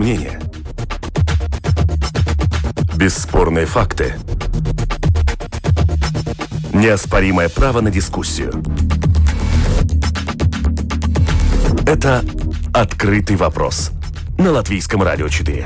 мнения. Бесспорные факты. Неоспоримое право на дискуссию. Это «Открытый вопрос» на Латвийском радио 4.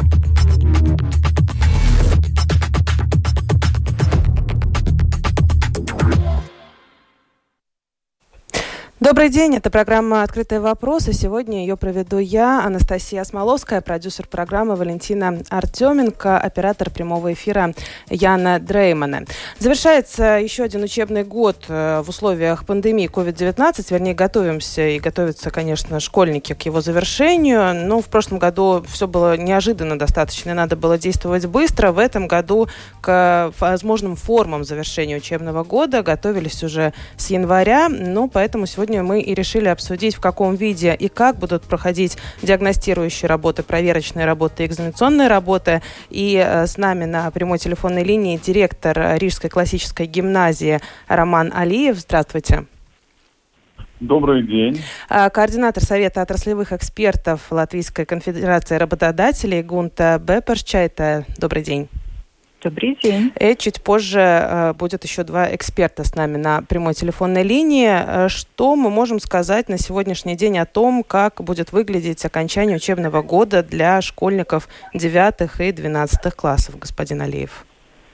Добрый день, это программа «Открытый вопрос», и сегодня ее проведу я, Анастасия Смоловская, продюсер программы Валентина Артеменко, оператор прямого эфира Яна Дреймана. Завершается еще один учебный год в условиях пандемии COVID-19, вернее, готовимся и готовятся, конечно, школьники к его завершению, но в прошлом году все было неожиданно достаточно, и надо было действовать быстро. В этом году к возможным формам завершения учебного года готовились уже с января, поэтому сегодня мы и решили обсудить, в каком виде и как будут проходить диагностирующие работы, проверочные работы и экзаменационные работы. И с нами на прямой телефонной линии директор Рижской классической гимназии Роман Алиев. Здравствуйте. Добрый день. Координатор Совета отраслевых экспертов Латвийской конфедерации работодателей Гунта Бепершчайта. Добрый день. Добрый день. И чуть позже будет еще два эксперта с нами на прямой телефонной линии. Что мы можем сказать на сегодняшний день о том, как будет выглядеть окончание учебного года для школьников 9 и 12 классов, господин Алиев?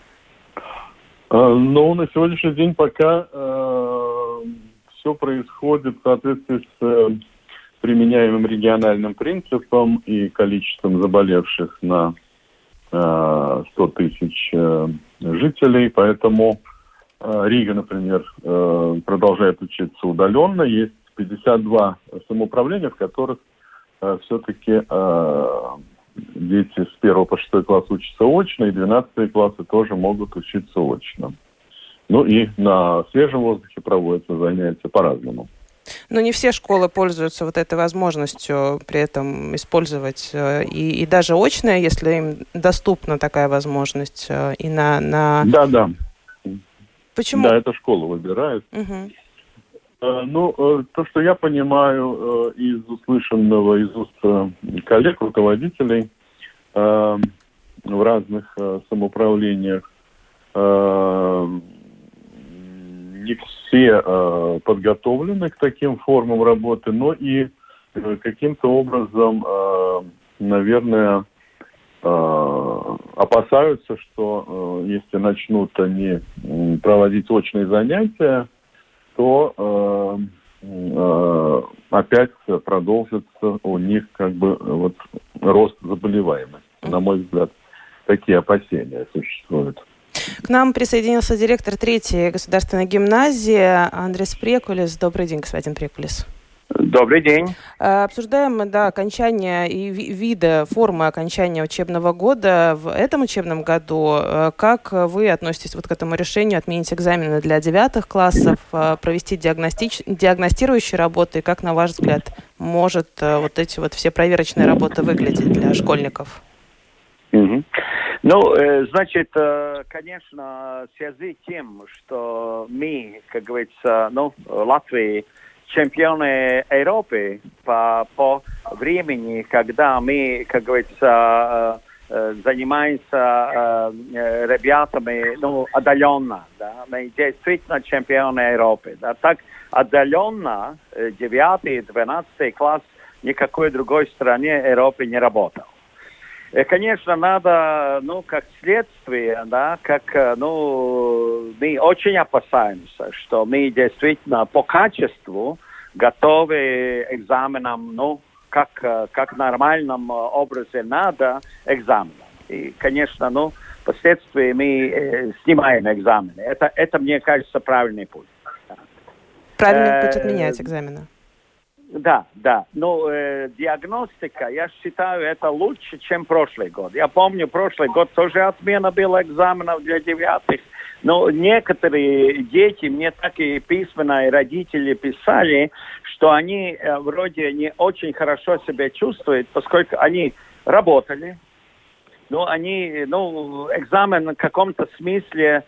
На сегодняшний день пока все происходит в соответствии с применяемым региональным принципом и количеством заболевших на 100 тысяч жителей, поэтому Рига, например, продолжает учиться удаленно. Есть 52 самоуправления, в которых все-таки дети с 1 по 6 класс учатся очно, и 12 классы тоже могут учиться очно. И на свежем воздухе проводятся занятия по-разному. Но не все школы пользуются вот этой возможностью при этом использовать и даже очное, если им доступна такая возможность, и на... Да. Почему? Да, это школа выбирает. Угу. То, что я понимаю из услышанного из уст коллег, руководителей в разных самоуправлениях, не все подготовлены к таким формам работы, но и каким-то образом, наверное, опасаются, что если начнут они проводить очные занятия, то опять продолжится у них рост заболеваемости. На мой взгляд, такие опасения существуют. К нам присоединился директор 3-й государственной гимназии Андрис Прекулис. Добрый день, господин Прекулис. Добрый день. Обсуждаем мы, окончание и виды, формы окончания учебного года в этом учебном году. Как вы относитесь к этому решению отменить экзамены для 9 классов, провести диагностирующие работы? И как, на ваш взгляд, может эти все проверочные работы выглядеть для школьников? Угу. Конечно, в связи с тем, что мы, как говорится, Латвия чемпионы Европы по времени, когда мы, как говорится, занимаемся ребятами, отдаленно, да, мы действительно чемпионы Европы. Да, так отдаленно 9 и 12 класс никакой другой стране Европы не работал. И, конечно, надо, как следствие, да, мы очень опасаемся, что мы действительно по качеству готовы к экзаменам, как нормальном образе надо экзаменам. И, конечно, впоследствии мы снимаем экзамены. Это, мне кажется, правильный путь. Правильный путь отменять экзамены. Да. Диагностика, я считаю, это лучше, чем прошлый год. Я помню, прошлый год тоже отмена была экзаменов для 9. Но некоторые дети мне так и письменно, и родители писали, что они вроде не очень хорошо себя чувствуют, поскольку они работали. Экзамен в каком-то смысле,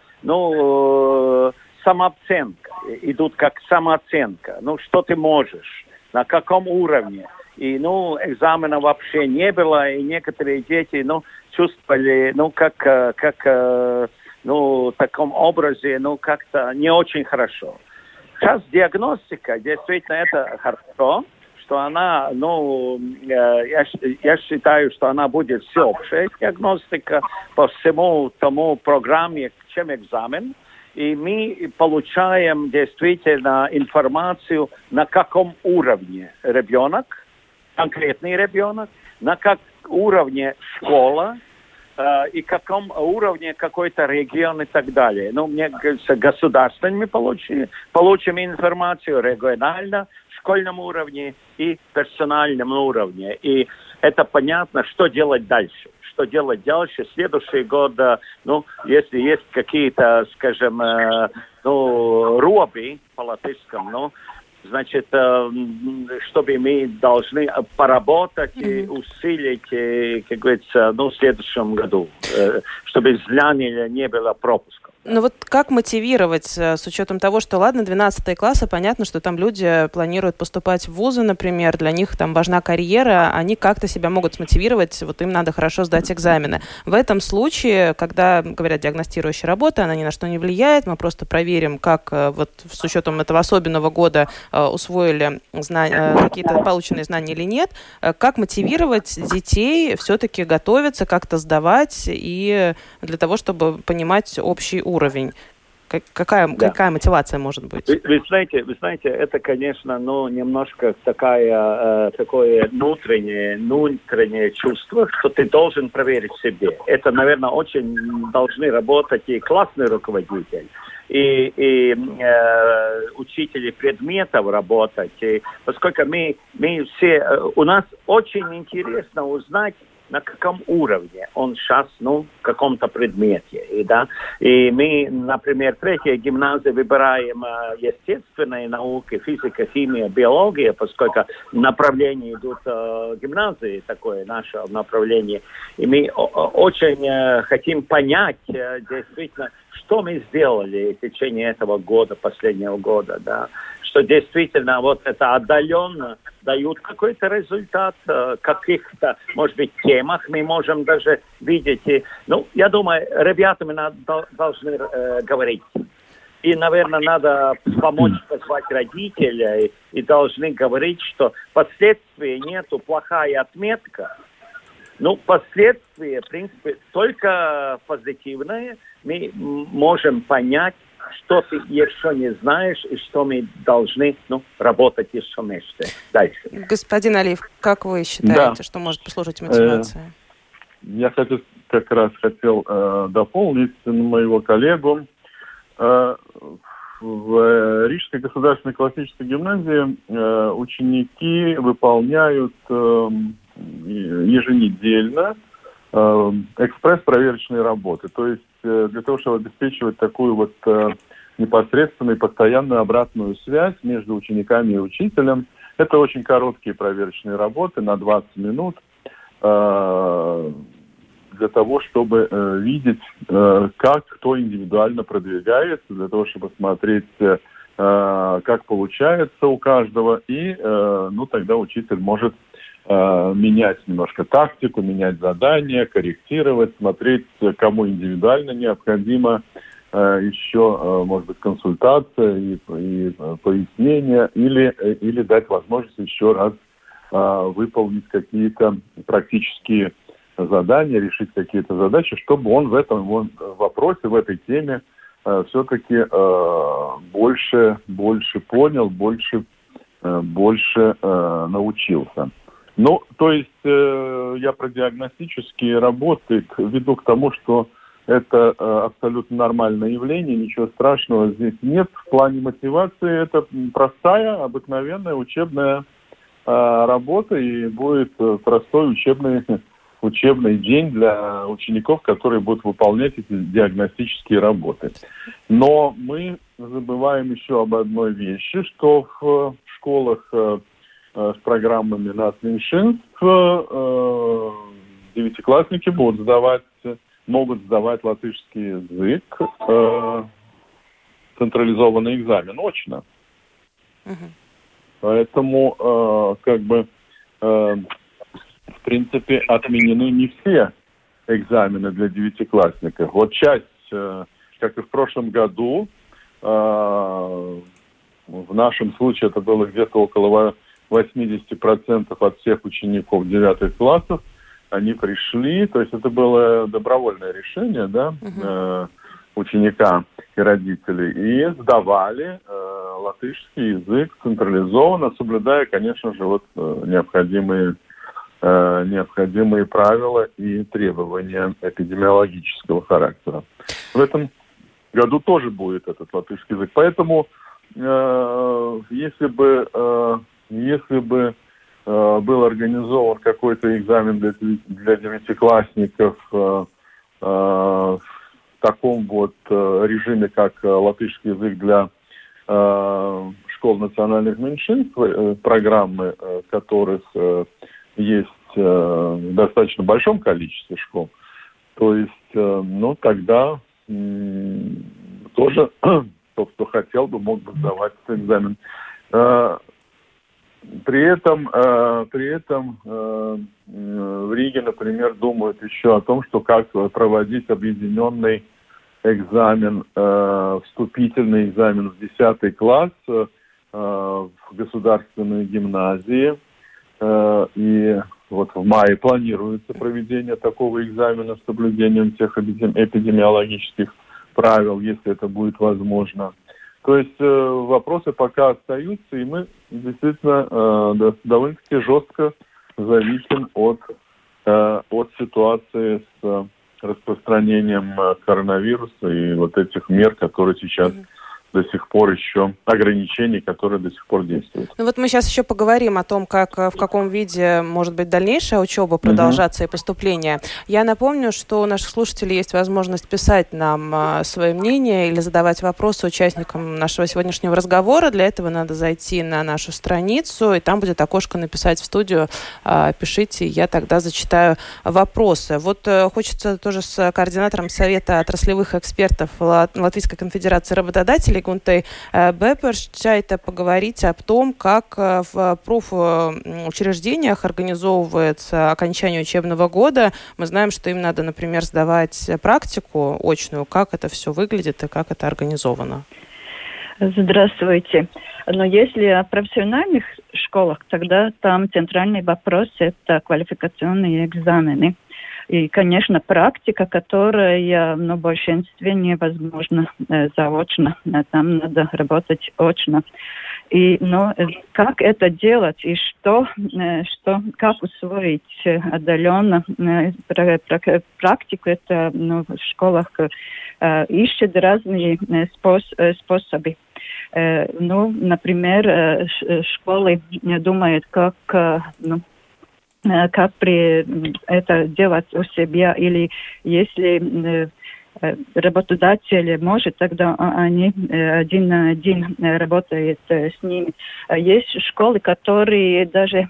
самооценка. Идут как самооценка. Что ты можешь? На каком уровне? и, экзамена вообще не было, и некоторые дети, чувствовали, в таком образе, как-то не очень хорошо. Сейчас диагностика, действительно, это хорошо, что она, я считаю, что она будет всеобщая диагностика по всему тому программе, чем экзамен. И мы получаем действительно информацию, на каком уровне ребенок, конкретный ребенок, на каком уровне школа, и каком уровне какой-то регион и так далее. Мне кажется, государственно мы получим информацию регионально, школьном уровне и персональном уровне. И это понятно, что делать дальше. Что делать дальше? Следующий год, если есть какие-то, скажем, робы по-латышскому, значит, чтобы мы должны поработать и усилить, как говорится, в следующем году, чтобы знаний не было пропусков. Ну вот как мотивировать, с учетом того, что, ладно, 12 классы, понятно, что там люди планируют поступать в вузы, например, для них там важна карьера, они как-то себя могут смотивировать, вот им надо хорошо сдать экзамены. В этом случае, когда говорят диагностирующая работа, она ни на что не влияет, мы просто проверим, как вот с учетом этого особенного года усвоили какие-то полученные знания или нет, как мотивировать детей все-таки готовиться, как-то сдавать и для того, чтобы понимать общий уровень. Какая мотивация может быть? Вы знаете, это, конечно, немножко такое внутреннее чувство, что ты должен проверить себе. Это, наверное, очень должны работать и классный руководитель, и учители предметов работать. И поскольку мы все, у нас очень интересно узнать, на каком уровне он сейчас, в каком-то предмете. И мы, например, третья гимназия выбираем естественные науки, физика, химия, биология, поскольку направления идут гимназии, такое наше направление. И мы очень хотим понять, действительно, что мы сделали в течение этого года, последнего года, что действительно вот это отдаленно дают какой-то результат, каких-то, может быть, темах мы можем даже видеть. Я думаю, ребятам должны говорить. И, наверное, надо помочь позвать родителей и должны говорить, что последствий нету, плохая отметка. Последствия, в принципе, только позитивные. Мы можем понять, что ты еще не знаешь и что мы должны работать еще вместе дальше. Господин Алиев, как вы считаете, что может послужить мотивацией? Я как раз хотел дополнить моего коллегу. В Рижской государственной классической гимназии ученики выполняют еженедельно экспресс-проверочные работы. То есть для того, чтобы обеспечивать такую вот непосредственную и постоянную обратную связь между учениками и учителем. Это очень короткие проверочные работы на 20 минут для того, чтобы видеть, как кто индивидуально продвигается, для того, чтобы смотреть, как получается у каждого. И тогда учитель может менять немножко тактику, менять задания, корректировать, смотреть, кому индивидуально необходимо еще, может быть, консультация и пояснение, или дать возможность еще раз выполнить какие-то практические задания, решить какие-то задачи, чтобы он в этом вопросе, в этой теме все-таки больше понял, больше научился. То есть я про диагностические работы веду к тому, что это абсолютно нормальное явление, ничего страшного здесь нет. В плане мотивации это простая, обыкновенная учебная работа, и будет простой учебный день для учеников, которые будут выполнять эти диагностические работы. Но мы забываем еще об одной вещи, что в школах с программами нацменьшинств девятиклассники могут сдавать латышский язык, централизованный экзамен очно. Поэтому в принципе, отменены не все экзамены для девятиклассников. Вот часть, как и в прошлом году, в нашем случае это было где-то около 80% от всех учеников 9 классов, они пришли, то есть это было добровольное решение, да, ученика и родителей, и сдавали латышский язык централизованно, соблюдая, конечно же, вот необходимые правила и требования эпидемиологического характера. В этом году тоже будет этот латышский язык. Поэтому, если бы был организован какой-то экзамен для девятиклассников в таком вот режиме, как латышский язык для школ национальных меньшинств, программы которых есть в достаточно большом количестве школ, то есть, тогда тоже тот, кто хотел бы, мог бы сдавать этот экзамен. При этом в Риге, например, думают еще о том, что как проводить объединенный экзамен, вступительный экзамен в 10 класс в государственной гимназии. И вот в мае планируется проведение такого экзамена с соблюдением всех эпидемиологических правил, если это будет возможно. То есть вопросы пока остаются, и мы действительно довольно-таки жестко зависим от ситуации с распространением коронавируса и вот этих мер, которые сейчас до сих пор еще, ограничений, которые до сих пор действуют. Ну вот мы сейчас еще поговорим о том, в каком виде может быть дальнейшая учеба продолжаться и поступление. Я напомню, что у наших слушателей есть возможность писать нам свое мнение или задавать вопросы участникам нашего сегодняшнего разговора. Для этого надо зайти на нашу страницу, и там будет окошко «Написать в студию». Пишите, я тогда зачитаю вопросы. Вот хочется тоже с координатором Совета отраслевых экспертов Латвийской конфедерации работодателей Гунтой Бепершчайте поговорить о том, как в профучреждениях организовывается окончание учебного года. Мы знаем, что им надо, например, сдавать практику очную. Как это все выглядит и как это организовано? Здравствуйте. Но если о профессиональных школах, тогда там центральный вопрос – это квалификационные экзамены. И, конечно, практика, которая в большинстве невозможна заочно. Там надо работать очно. Но как это делать и как усвоить отдаленно практику, это в школах ищут разные способы. Например, школы думают, как это делать у себя, или если работодатель может, тогда они один на один работают с ними. Есть школы, которые даже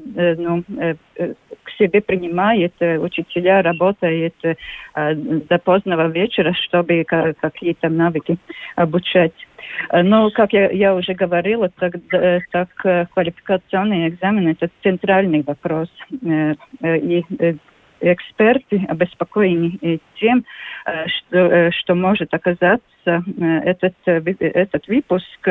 к себе принимают учителя, работают до позднего вечера, чтобы какие-то навыки обучать. Но, как я уже говорила, так квалификационный экзамен – это центральный вопрос. И эксперты обеспокоены тем, что может оказаться этот выпуск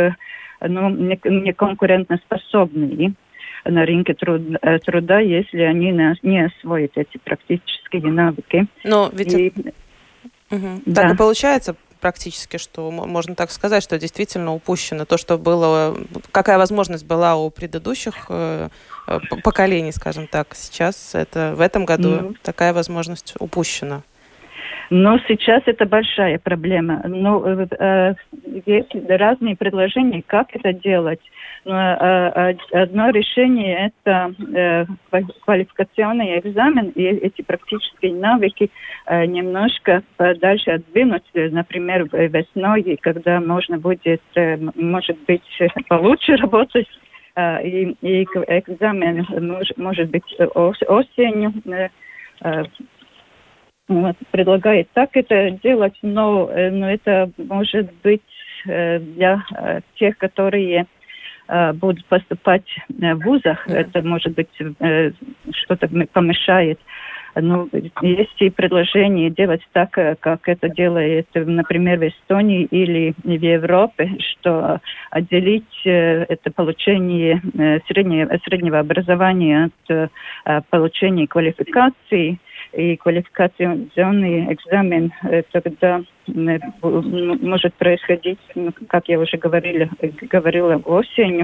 неконкурентоспособный на рынке труда, если они не освоят эти практические навыки. Но ведь так и получается практически, что можно так сказать, что действительно упущено то, что было, какая возможность была у предыдущих поколений, скажем так. Сейчас в этом году такая возможность упущена. Но сейчас это большая проблема. Есть разные предложения, как это делать. Одно решение – это квалификационный экзамен, и эти практические навыки немножко дальше отдвинуть, например, весной, когда можно будет, может быть, получше работать, и экзамен может быть осенью. Предлагает так это делать, но это может быть для тех, которые будут поступать в вузах, это, может быть, что-то помешает. Ну, есть и предложение делать так, как это делает, например, в Эстонии или в Европе, что отделить это получение среднего образования от получения квалификации. И квалификационный экзамен тогда может происходить, как я уже говорила осенью.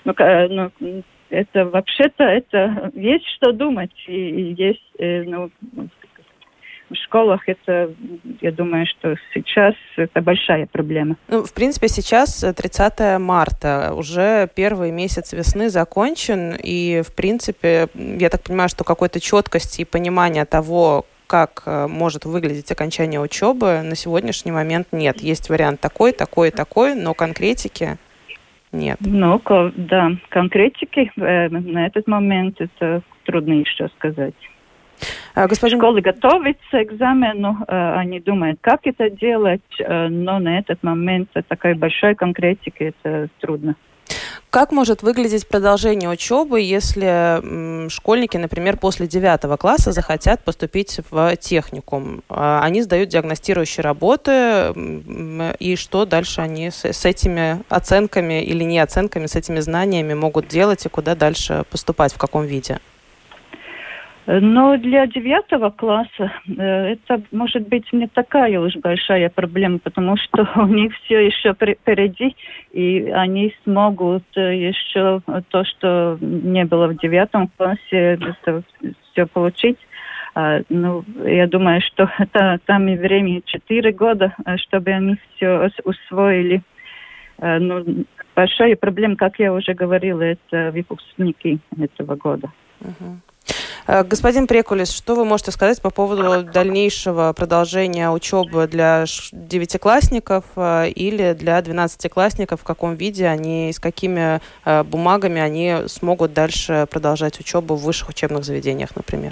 Это вообще-то это есть что думать, и есть в школах это, я думаю, что сейчас это большая проблема. Ну, в принципе, сейчас 30 марта, уже первый месяц весны закончен, и, в принципе, я так понимаю, что какой-то четкости и понимания того, как может выглядеть окончание учебы, на сегодняшний момент нет. Есть вариант такой, но конкретики нет. Ну, да, конкретики на этот момент это трудно еще сказать. Школы готовятся к экзамену, они думают, как это делать, но на этот момент такая большая конкретика, это трудно. Как может выглядеть продолжение учебы, если школьники, например, после 9 класса захотят поступить в техникум? Они сдают диагностирующие работы, и что дальше они с этими оценками или не оценками, с этими знаниями могут делать, и куда дальше поступать, в каком виде? Но для 9 класса это может быть не такая уж большая проблема, потому что у них все еще впереди, и они смогут еще то, что не было в 9 классе, это все получить. Ну, я думаю, что там и времени 4 года, чтобы они все усвоили. Ну, большая проблема, как я уже говорила, это выпускники этого года. Господин Прекулис, что вы можете сказать по поводу дальнейшего продолжения учебы для девятиклассников или для 12-классников? В каком виде они, с какими бумагами они смогут дальше продолжать учебу в высших учебных заведениях, например?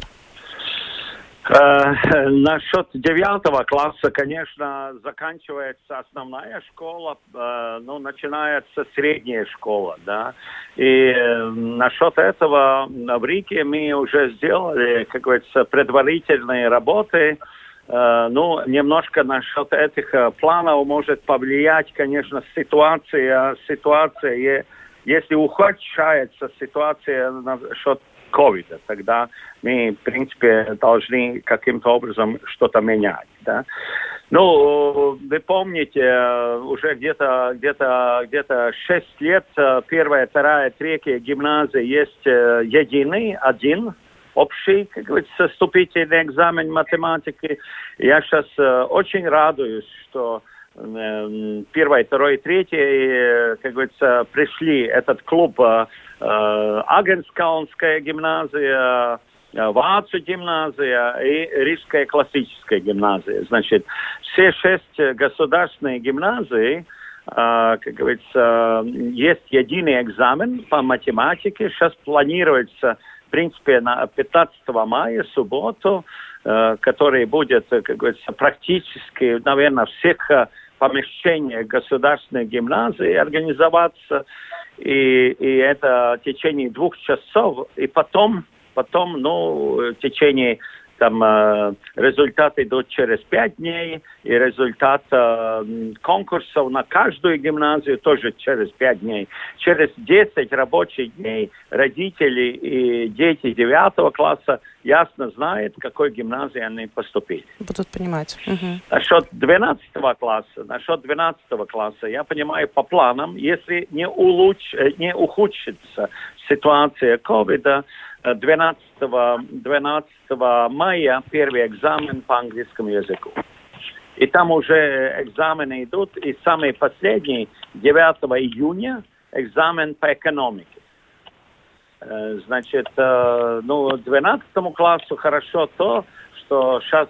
Насчет 9 класса, конечно, заканчивается основная школа, начинается средняя школа, да. И насчет этого в Риге мы уже сделали, как говорится, предварительные работы. Немножко насчет этих планов может повлиять, конечно, ситуация, если ухудшается ситуация насчет ковида, тогда мы, в принципе, должны каким-то образом что-то менять, да. Вы помните, уже где-то 6 лет 1, 2, 3 гимназии есть один общий, как говорится, вступительный экзамен математики. Я сейчас очень радуюсь, что 1, 2, 3, как говорится, пришли этот клуб Агенскаунская гимназия, Вацу гимназия и Рижская классическая гимназия. Значит, все 6 государственных гимназий, как говорится, есть единый экзамен по математике. Сейчас планируется, в принципе, на 15 мая, субботу, который будет, как говорится, практически, наверное, в всех помещениях государственной гимназии организоваться. И это в течение 2 часов. И потом, в течение результаты идут через 5 дней, и результат конкурсов на каждую гимназию тоже через 5 дней. Через 10 рабочих дней родители и дети 9 класса ясно знают, в какой гимназии они поступили. Будут понимать. Насчет 12 класса, я понимаю, по планам, если не ухудшится ситуация ковида, 12 мая первый экзамен по английскому языку. И там уже экзамены идут, и самый последний, 9 июня, экзамен по экономике. Значит, 12 классу хорошо то, что сейчас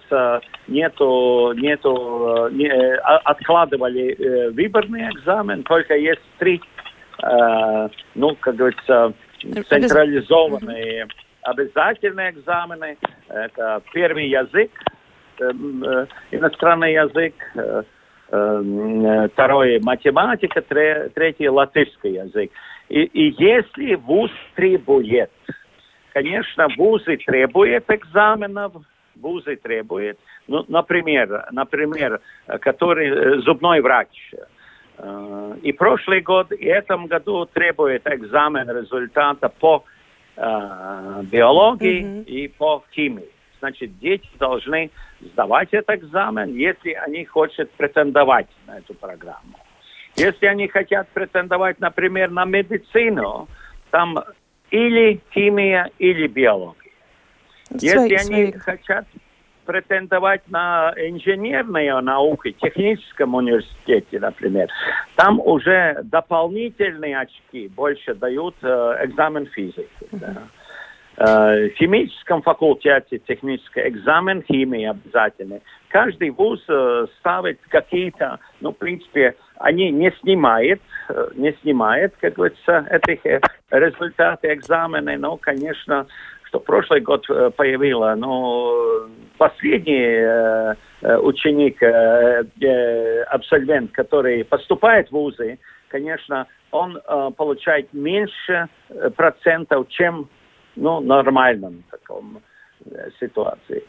откладывали выборный экзамен, только есть 3, как говорится, централизованные обязательные экзамены. Это первый язык, иностранный язык, второе математика, третье латышский язык. И если вуз требует, конечно, вузы требуют экзаменов, ну, например, который зубной врач. И прошлый год, и этом году требует экзамен результата по биологии и по химии. Значит, дети должны сдавать этот экзамен, если они хотят претендовать на эту программу. Если они хотят претендовать, например, на медицину, там или химия, или биология. Если они хотят претендовать на инженерные науки, в техническом университете, например, там уже дополнительные очки больше дают экзамен физики. Да. В химическом факультете технический экзамен химии обязательный. Каждый вуз ставит какие-то, ну, в принципе, они не снимают, как говорится, этих результаты экзамена, но, конечно, что прошлый год появилось, но последний ученик, абсолвент, который поступает в вузы, конечно, он получает меньше процентов, чем нормальном таком ситуации.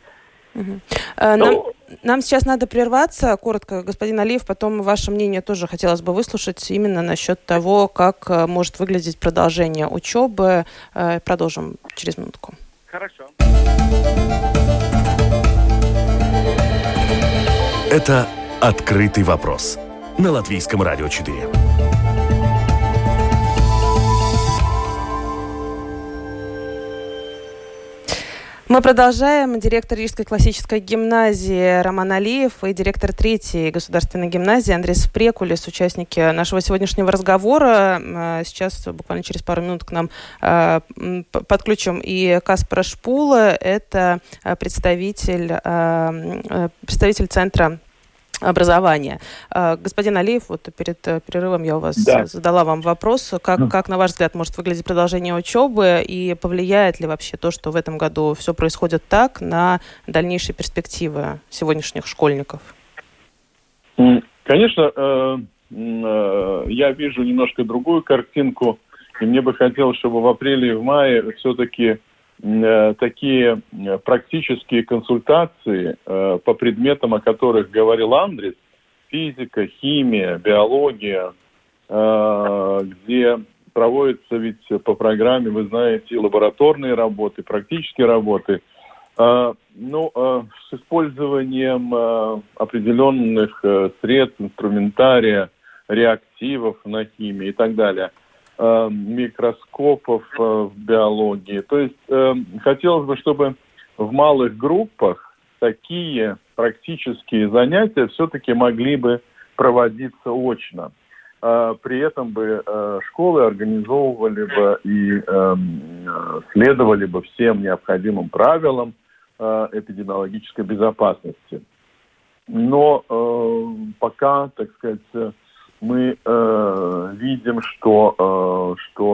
Нам сейчас надо прерваться. Коротко, господин Алиев, потом ваше мнение тоже хотелось бы выслушать именно насчет того, как может выглядеть продолжение учебы. Продолжим через минутку. Хорошо. Это «Открытый вопрос» на Латвийском радио 4. Мы продолжаем. Директор Рижской классической гимназии Роман Алиев и директор третьей государственной гимназии Андрей Спрекулис, участники нашего сегодняшнего разговора. Сейчас буквально через пару минут к нам подключим и Каспара Шпула. Это представитель Центра образования. Господин Алиев, вот перед перерывом я у вас задала вам вопрос, как, на ваш взгляд, может выглядеть продолжение учебы и повлияет ли вообще то, что в этом году все происходит так, на дальнейшие перспективы сегодняшних школьников? Конечно, я вижу немножко другую картинку, и мне бы хотелось, чтобы в апреле и в мае все-таки такие практические консультации по предметам, о которых говорил Андрис, физика, химия, биология, где проводятся ведь по программе, вы знаете, лабораторные работы, практические работы, с использованием определенных средств, инструментария, реактивов на химии и так далее, микроскопов в биологии. То есть хотелось бы, чтобы в малых группах такие практические занятия все-таки могли бы проводиться очно. При этом бы школы организовывали бы и следовали бы всем необходимым правилам эпидемиологической безопасности. Но пока, так сказать, мы видим, что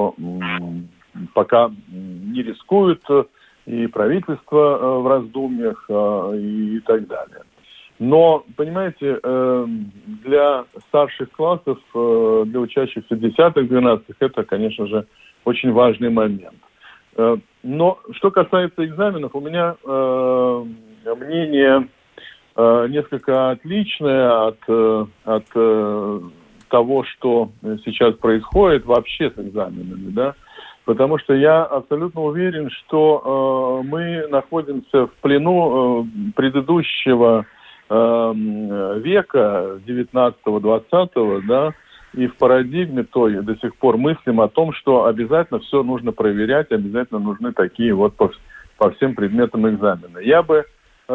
пока не рискуют и правительство в раздумьях и так далее. Но, понимаете, для старших классов, для учащихся 10-12, это, конечно же, очень важный момент. Но что касается экзаменов, у меня мнение несколько отличное от того, что сейчас происходит вообще с экзаменами, да, потому что я абсолютно уверен, что мы находимся в плену предыдущего века, 19-20, да, и в парадигме той до сих пор мыслим о том, что обязательно все нужно проверять, обязательно нужны такие вот по всем предметам экзамена. Я бы,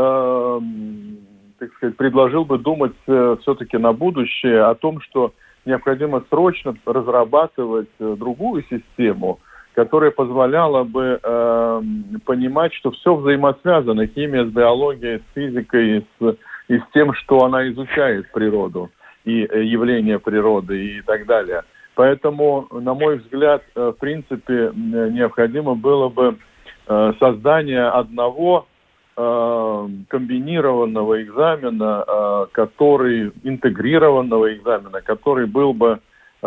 так сказать, предложил бы думать все-таки на будущее о том, что необходимо срочно разрабатывать другую систему, которая позволяла бы понимать, что все взаимосвязано, химия с биологией, с физикой и с тем, что она изучает природу и явления природы и так далее. Поэтому, на мой взгляд, в принципе, необходимо было бы создание одного комбинированного экзамена, интегрированного экзамена, который был бы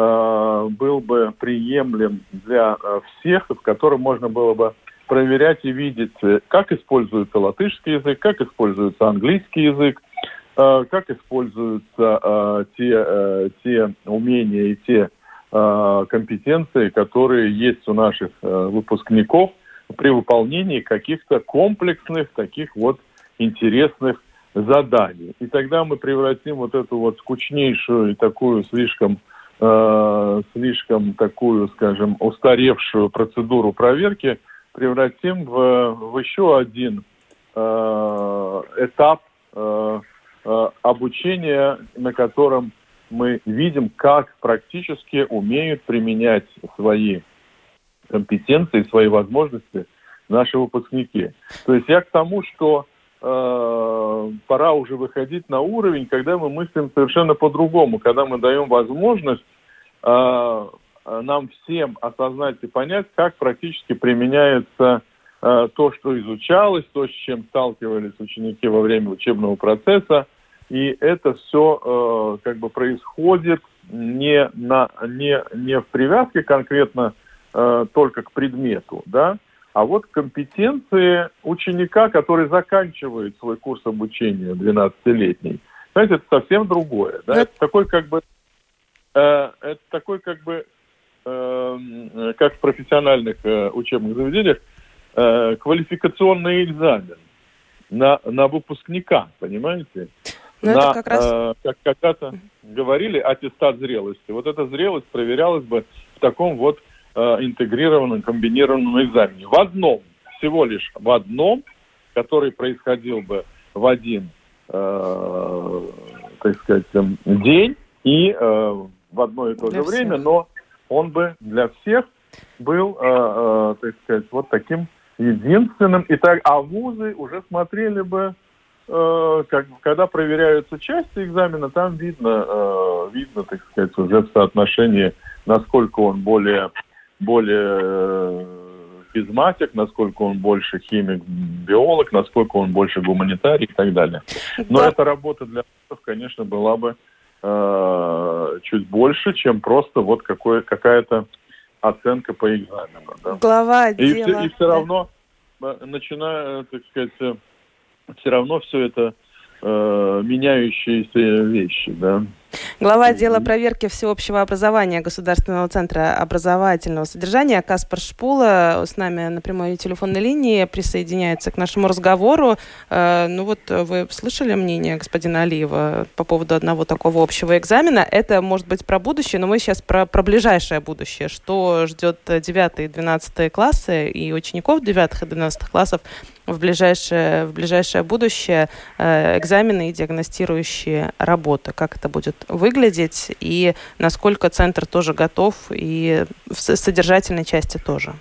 приемлем для всех, в котором можно было бы проверять и видеть, как используется латышский язык, как используется английский язык, как используются те умения и те компетенции, которые есть у наших выпускников при выполнении каких-то комплексных, таких вот интересных заданий. И тогда мы превратим вот эту вот скучнейшую и такую слишком такую, скажем, устаревшую процедуру проверки, превратим в еще один этап обучения, на котором мы видим, как практически умеют применять свои компетенции, свои возможности наши выпускники. То есть я к тому, что пора уже выходить на уровень, когда мы мыслим совершенно по-другому, когда мы даем возможность нам всем осознать и понять, как практически применяется то, что изучалось, то, с чем сталкивались ученики во время учебного процесса. И это все происходит не в привязке конкретно только к предмету, да, а вот компетенции ученика, который заканчивает свой курс обучения 12-летний. Знаете, это совсем другое. Да? Это такой как в профессиональных учебных заведениях, квалификационный экзамен на выпускника, понимаете? Как когда-то говорили, аттестат зрелости. Вот эта зрелость проверялась бы в таком вот интегрированном, комбинированном экзамене. Всего лишь в одном, который происходил бы в один, день и в одно и то же время, но он бы для всех был, вот таким единственным. А вузы уже смотрели бы, когда проверяются части экзамена, там видно, уже в соотношении, насколько он более физматик, насколько он больше химик, биолог, насколько он больше гуманитарий и так далее. Но эта работа для вузов, конечно, была бы чуть больше, чем просто вот какая-то оценка по экзамену. Да? Глава отдела. И все равно все равно все это меняющиеся вещи, да. Глава отдела проверки всеобщего образования Государственного центра образовательного содержания Каспар Шпула с нами на прямой телефонной линии присоединяется к нашему разговору. Вы слышали мнение господина Алиева по поводу одного такого общего экзамена? Это может быть про будущее, но мы сейчас про ближайшее будущее. Что ждет 9 и 12 классы и учеников 9 и 12 классов в ближайшее будущее, экзамены и диагностирующие работы. Как это будет выглядеть и насколько центр тоже готов и в содержательной части тоже?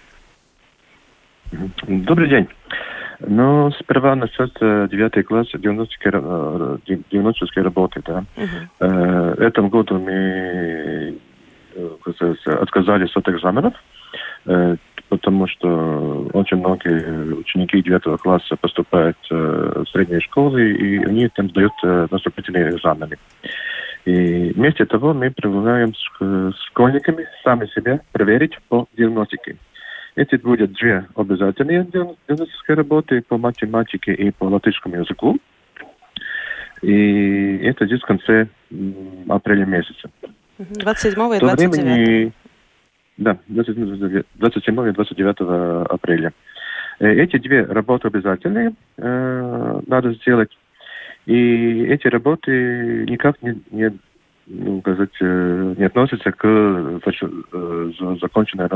Добрый день. Сперва насчет 9 класса диагностической работы. Да. Этом году мы отказались от экзаменов, потому что очень многие ученики 9 класса поступают в средние школы, и они там сдают наступительные экзамены. И вместо того мы предлагаем школьниками сами себя проверить по диагностике. Эти будут 2 обязательные диагностические работы по математике и по латышскому языку. И это здесь в конце апреля месяца. 27 и 29. Да, 27 и 29 апреля. Эти 2 работы обязательные надо сделать. И эти работы никак не относятся к законченной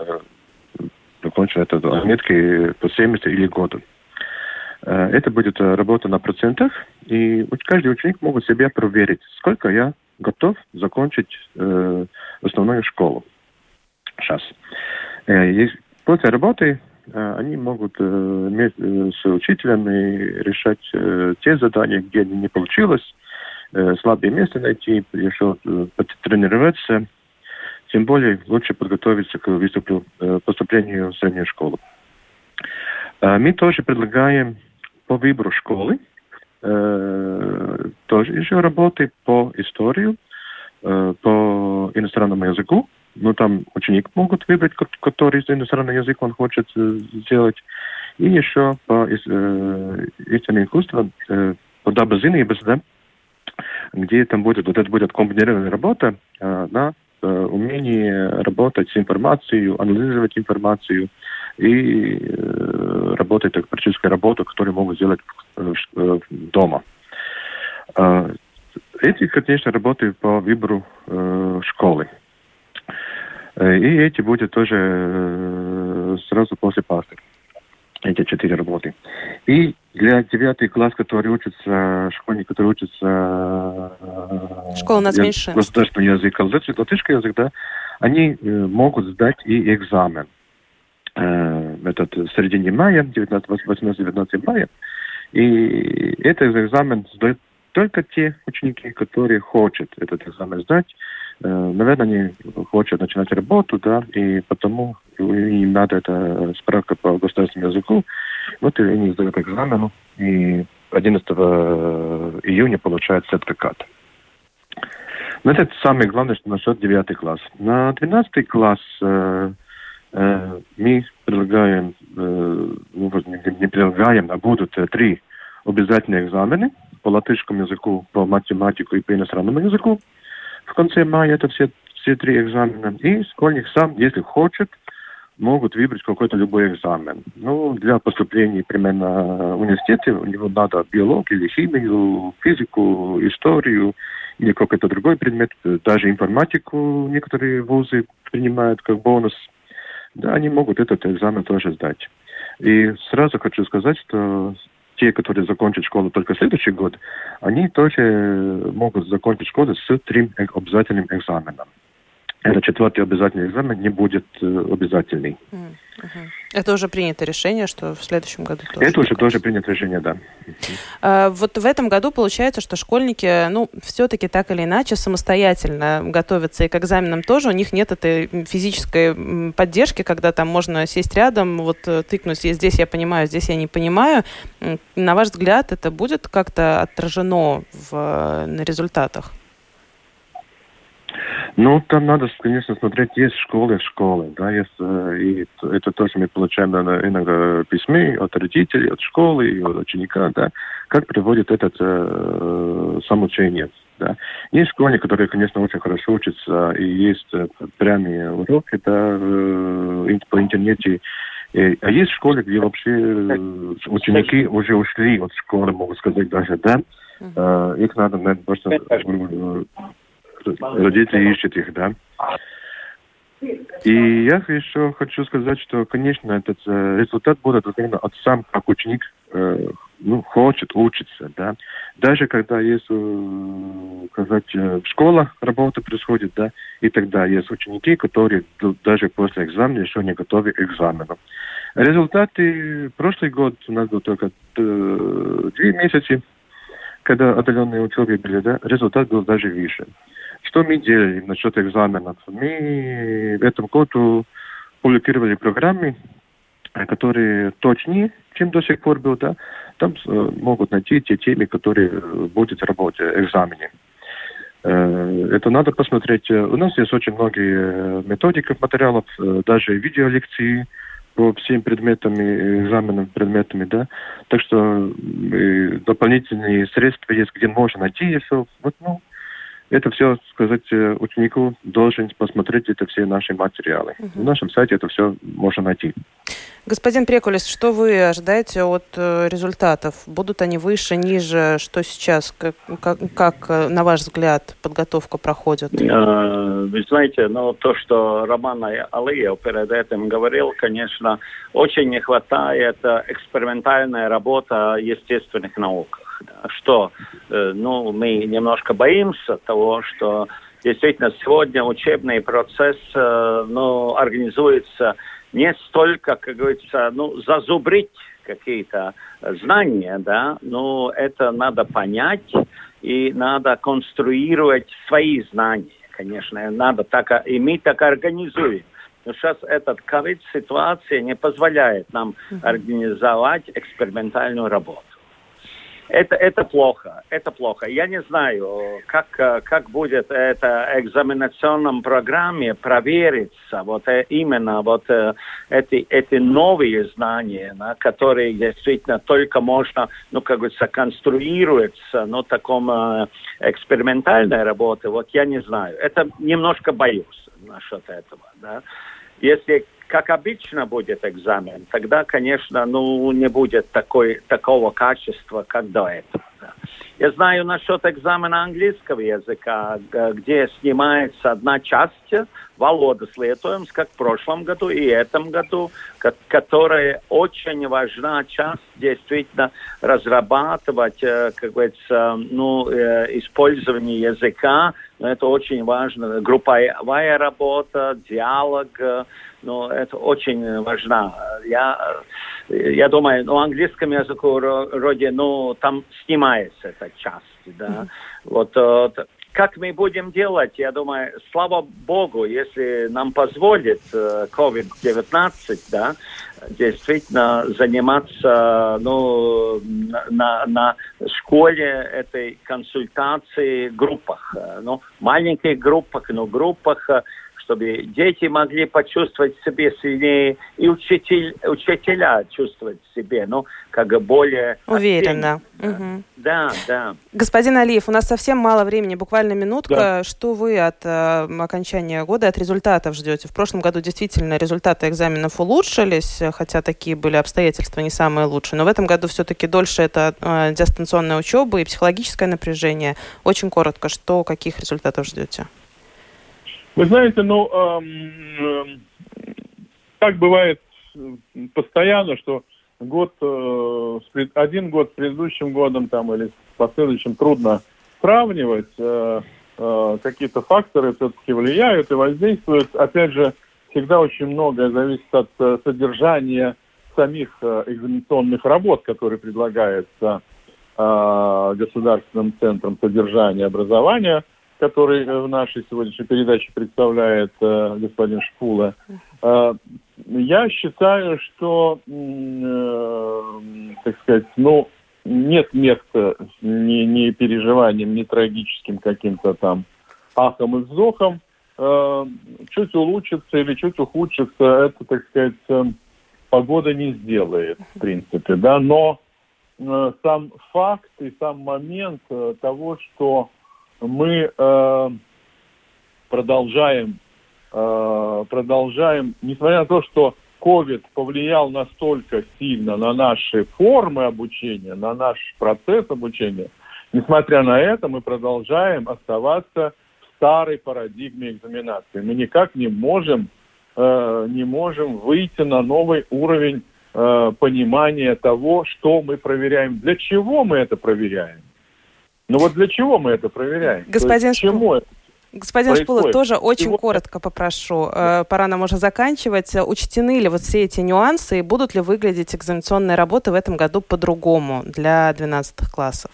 отметке по семестру или году. Это будет работа на процентах, и каждый ученик может себя проверить, сколько я готов закончить основную школу. Сейчас. После работы они могут с учителями решать те задания, где не получилось, слабые места найти, еще потренироваться. Тем более лучше подготовиться к поступлению в среднюю школу. Мы тоже предлагаем по выбору школы, тоже еще работы по истории, по иностранному языку. Ну, там ученик могут выбрать, который иностранный язык он хочет сделать. И еще по истинному искусству, по дабазинības, да, где там будет, вот это будет комбинированная работа на умении работать с информацией, анализировать информацию и работать как практическую работу, которую могут сделать дома. Эти, конечно, работы по выбору школы. И эти будут тоже сразу после Пасхи. Эти 4 работы. И для 9 класс, который учится, школьник, который учится школа нацменьшинств, государственный язык, латышский язык, да, они могут сдать и экзамен. Этот в середине мая, 18-19 мая. И этот экзамен сдают только те ученики, которые хотят этот экзамен сдать. Наверное, они хотят начинать работу, да, и потому им надо эта справка по государственному языку. Вот и они сдают экзамен, и 11 июня получают сертификат. Но это самое главное, что насчет 9 класс. На 12 класс мы предлагаем, не предлагаем, а будут 3 обязательные экзамены по латышскому языку, по математику и по иностранному языку. В конце мая это все 3 экзамена. И школьник сам, если хочет, могут выбрать какой-то любой экзамен. Ну, для поступления примерно в университете у него надо биологию или химию, физику, историю или какой-то другой предмет. Даже информатику некоторые вузы принимают как бонус. Да, они могут этот экзамен тоже сдать. И сразу хочу сказать, что те, которые закончат школу только следующий год, они тоже могут закончить школу с 3 обязательным экзаменом. Это 4-й обязательный экзамен не будет обязательный. Это уже принято решение, что в следующем году тоже? Это уже тоже принято решение, да. Вот в этом году получается, что школьники, все-таки так или иначе самостоятельно готовятся и к экзаменам тоже. У них нет этой физической поддержки, когда там можно сесть рядом, вот тыкнуть, здесь я понимаю, здесь я не понимаю. На ваш взгляд, это будет как-то отражено на результатах? Ну, там надо, конечно, смотреть, есть школы, да, есть, и это тоже мы получаем иногда письма от родителей, от школы и от ученика, да, как проводит этот самоучение, да. Есть школьники, которые, конечно, очень хорошо учатся, и есть прямые уроки, да, по интернете, а есть школы, где вообще ученики уже ушли от школы, могу сказать даже, да, их надо, наверное, просто... Родители ищут их, да. И я еще хочу сказать, что, конечно, этот результат будет именно от сам, как ученик хочет учиться, да. Даже когда есть, сказать, в школах работа происходит, да, и тогда есть ученики, которые даже после экзамена еще не готовы к экзамену. Результаты прошлый год у нас был только 2 месяца, когда отдаленные учебы были, да, результат был даже выше. Что мы делали насчет экзаменов? Мы в этом году публиковали программы, которые точнее, чем до сих пор был, да. Там могут найти те темы, которые будут работать в экзамене. Это надо посмотреть. У нас есть очень много методик, материалов, даже видеолекции по всем предметам, экзаменам, предметами, да. Так что дополнительные средства есть, где можно найти еще. Вот, это все, сказать, ученику должен посмотреть это все наши материалы. На нашем сайте это все можно найти. Господин Прекулис, что вы ожидаете от результатов? Будут они выше, ниже? Что сейчас? Как на ваш взгляд, подготовка проходит? Вы знаете, то, что Роман Алиев перед этим говорил, конечно, очень не хватает экспериментальной работы в естественных науках. Что, мы немножко боимся того, что действительно сегодня учебный процесс, организуется не столько, как говорится, зазубрить какие-то знания, да, но это надо понять и надо конструировать свои знания, конечно, надо так, и мы так организуем. Но сейчас эта ковид-ситуация не позволяет нам организовать экспериментальную работу. Это плохо, это плохо. Я не знаю, как будет это экзаменационном программе провериться, именно эти новые знания, которые действительно только можно, конструируются, таком экспериментальной работе, я не знаю. Это немножко боюсь насчет этого, да. Если как обычно будет экзамен, тогда, конечно, не будет такого качества, как до этого. Да. Я знаю насчет экзамена английского языка, где снимается одна часть, валодоследуемс, как в прошлом году и этом году, которая очень важна часть действительно разрабатывать, как говорится, использование языка. Это очень важно. Групповая работа, диалог, это очень важно. Я думаю, английскому языку вроде, там снимается эта часть, да. Как мы будем делать, я думаю, слава Богу, если нам позволит COVID-19, да, действительно заниматься на школе этой консультации в группах. Маленьких группах, группах, чтобы дети могли почувствовать себя сильнее, и учителя чувствовать себя, более уверенно. Да. Господин Алиев, у нас совсем мало времени, буквально минутка. Да. Что вы от окончания года, от результатов ждете? В прошлом году действительно результаты экзаменов улучшились, хотя такие были обстоятельства не самые лучшие. Но в этом году все-таки дольше это дистанционная учеба и психологическое напряжение. Очень коротко, каких результатов ждете? Вы знаете, так бывает постоянно, что один год с предыдущим годом или с последующим трудно сравнивать. Какие-то факторы все-таки влияют и воздействуют. Опять же, всегда очень многое зависит от содержания самих экзаменационных работ, которые предлагаются Государственным центром содержания и образования, который в нашей сегодняшней передаче представляет господин Шпула. Я считаю, что, так сказать, нет места ни переживаниям, ни трагическим каким-то там ахом и вздохом. Чуть улучшится или чуть ухудшится, это, так сказать, погода не сделает, в принципе, да, но сам факт и сам момент того, что мы продолжаем, несмотря на то, что COVID повлиял настолько сильно на наши формы обучения, на наш процесс обучения, несмотря на это, мы продолжаем оставаться в старой парадигме экзаменации. Мы никак не можем выйти на новый уровень понимания того, что мы проверяем. Для чего мы это проверяем? Для чего мы это проверяем? Господин Шпула, тоже очень чего? Коротко попрошу. Пора нам уже заканчивать. Учтены ли все эти нюансы и будут ли выглядеть экзаменационные работы в этом году по-другому для 12 классов?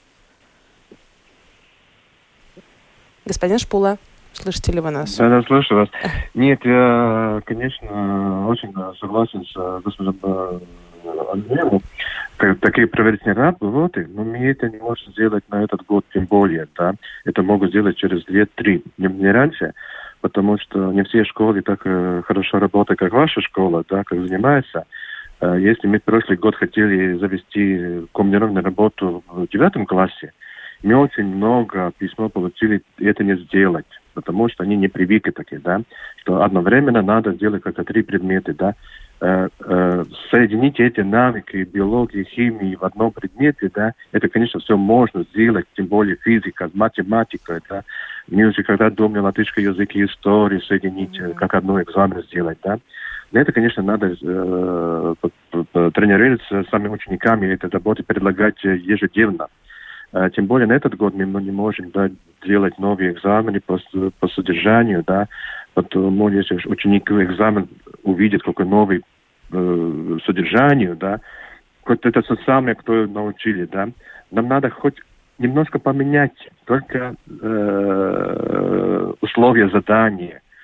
Господин Шпула, слышите ли вы нас? Да, слышу вас. Нет, я, конечно, очень согласен с господином Андреевым. Такие проверительные работы, но мы это не можем сделать на этот год, тем более, да. Это могут сделать через 2-3, не раньше, потому что не все школы так хорошо работают, как ваша школа, да, как занимается. Если мы прошлый год хотели завести комбинированную работу в 9 классе, мы очень много письмо получили это не сделать, потому что они не привыкли такие, да, что одновременно надо сделать как-то 3 предмета, да. Соединить эти навыки биологии, химии в одном предмете, да, это, конечно, все можно сделать, тем более физика, математика, да. Мы уже когда думали латышский язык и историю соединить, как одно экзамен сделать, да. Но это, конечно, надо тренироваться с самими учениками, это работу предлагать ежедневно. Тем более на этот год мы не можем, да, делать новые экзамены по содержанию, да, потому если ученик экзамен увидит какой новый содержанию, да, хоть это то самое, кто научили, да, нам надо хоть немножко поменять только условия задания,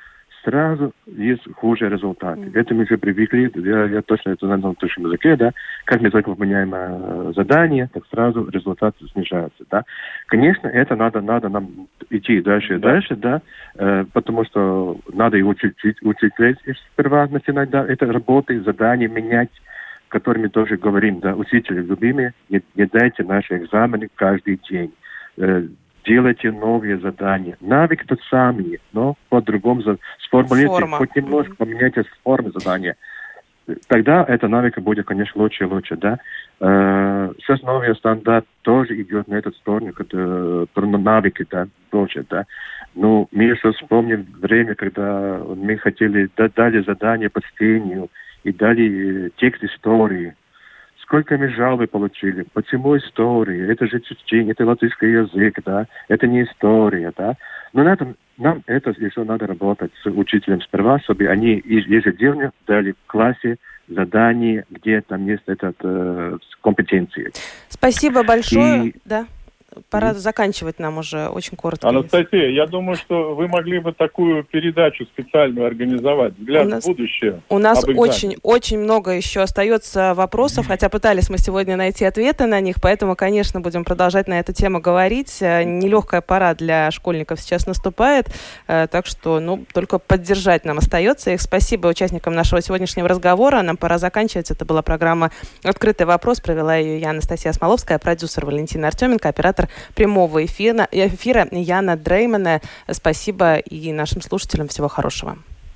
сразу есть хуже результаты. Это мы уже привыкли, я точно это знаю на нашем языке, да, как мы только выполняем задание, так сразу результат снижается, да. Конечно, это надо нам идти дальше и дальше, да, потому что надо и учителей сперва начинать, да, это работы, задания менять, которыми тоже говорим, да, учители любимые, не дайте наши экзамены каждый день. Делайте новые задания. Навык тот самый, но по-другому сформулируйте, хоть немножко поменяйте формы задания. Тогда эта навык будет, конечно, лучше и лучше, да. Сейчас новый стандарт тоже идет на эту сторону, про навыки, да, больше, да. Но мы еще вспомним время, когда мы хотели, дали задание по чтению и дали текст истории. Сколько мы жалобы получили? Почему история? Это же чтение, это латышский язык, да? Это не история, да? Но нам это еще надо работать с учителем сперва, чтобы они ежедневно дали в классе задание, где там есть компетенции. Спасибо большое. Да. Пора заканчивать нам уже очень коротко. Анастасия, я думаю, что вы могли бы такую передачу специальную организовать. Взгляд в будущее. У нас очень много еще остается вопросов, хотя пытались мы сегодня найти ответы на них, поэтому, конечно, будем продолжать на эту тему говорить. Нелегкая пора для школьников сейчас наступает, так что, только поддержать нам остается их. Спасибо участникам нашего сегодняшнего разговора. Нам пора заканчивать. Это была программа «Открытый вопрос». Провела ее я, Анастасия Смоловская, продюсер Валентина Артеменко, оператор прямого эфира Яна Дреймана. Спасибо и нашим слушателям всего хорошего.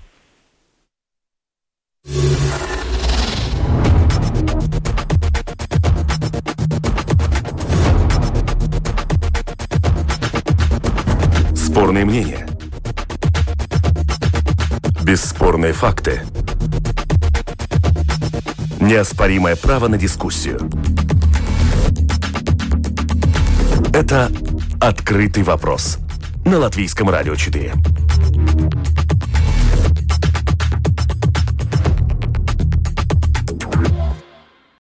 Спорные мнения. Бесспорные факты. Неоспоримое право на дискуссию. Это «Открытый вопрос» на Латвийском радио 4.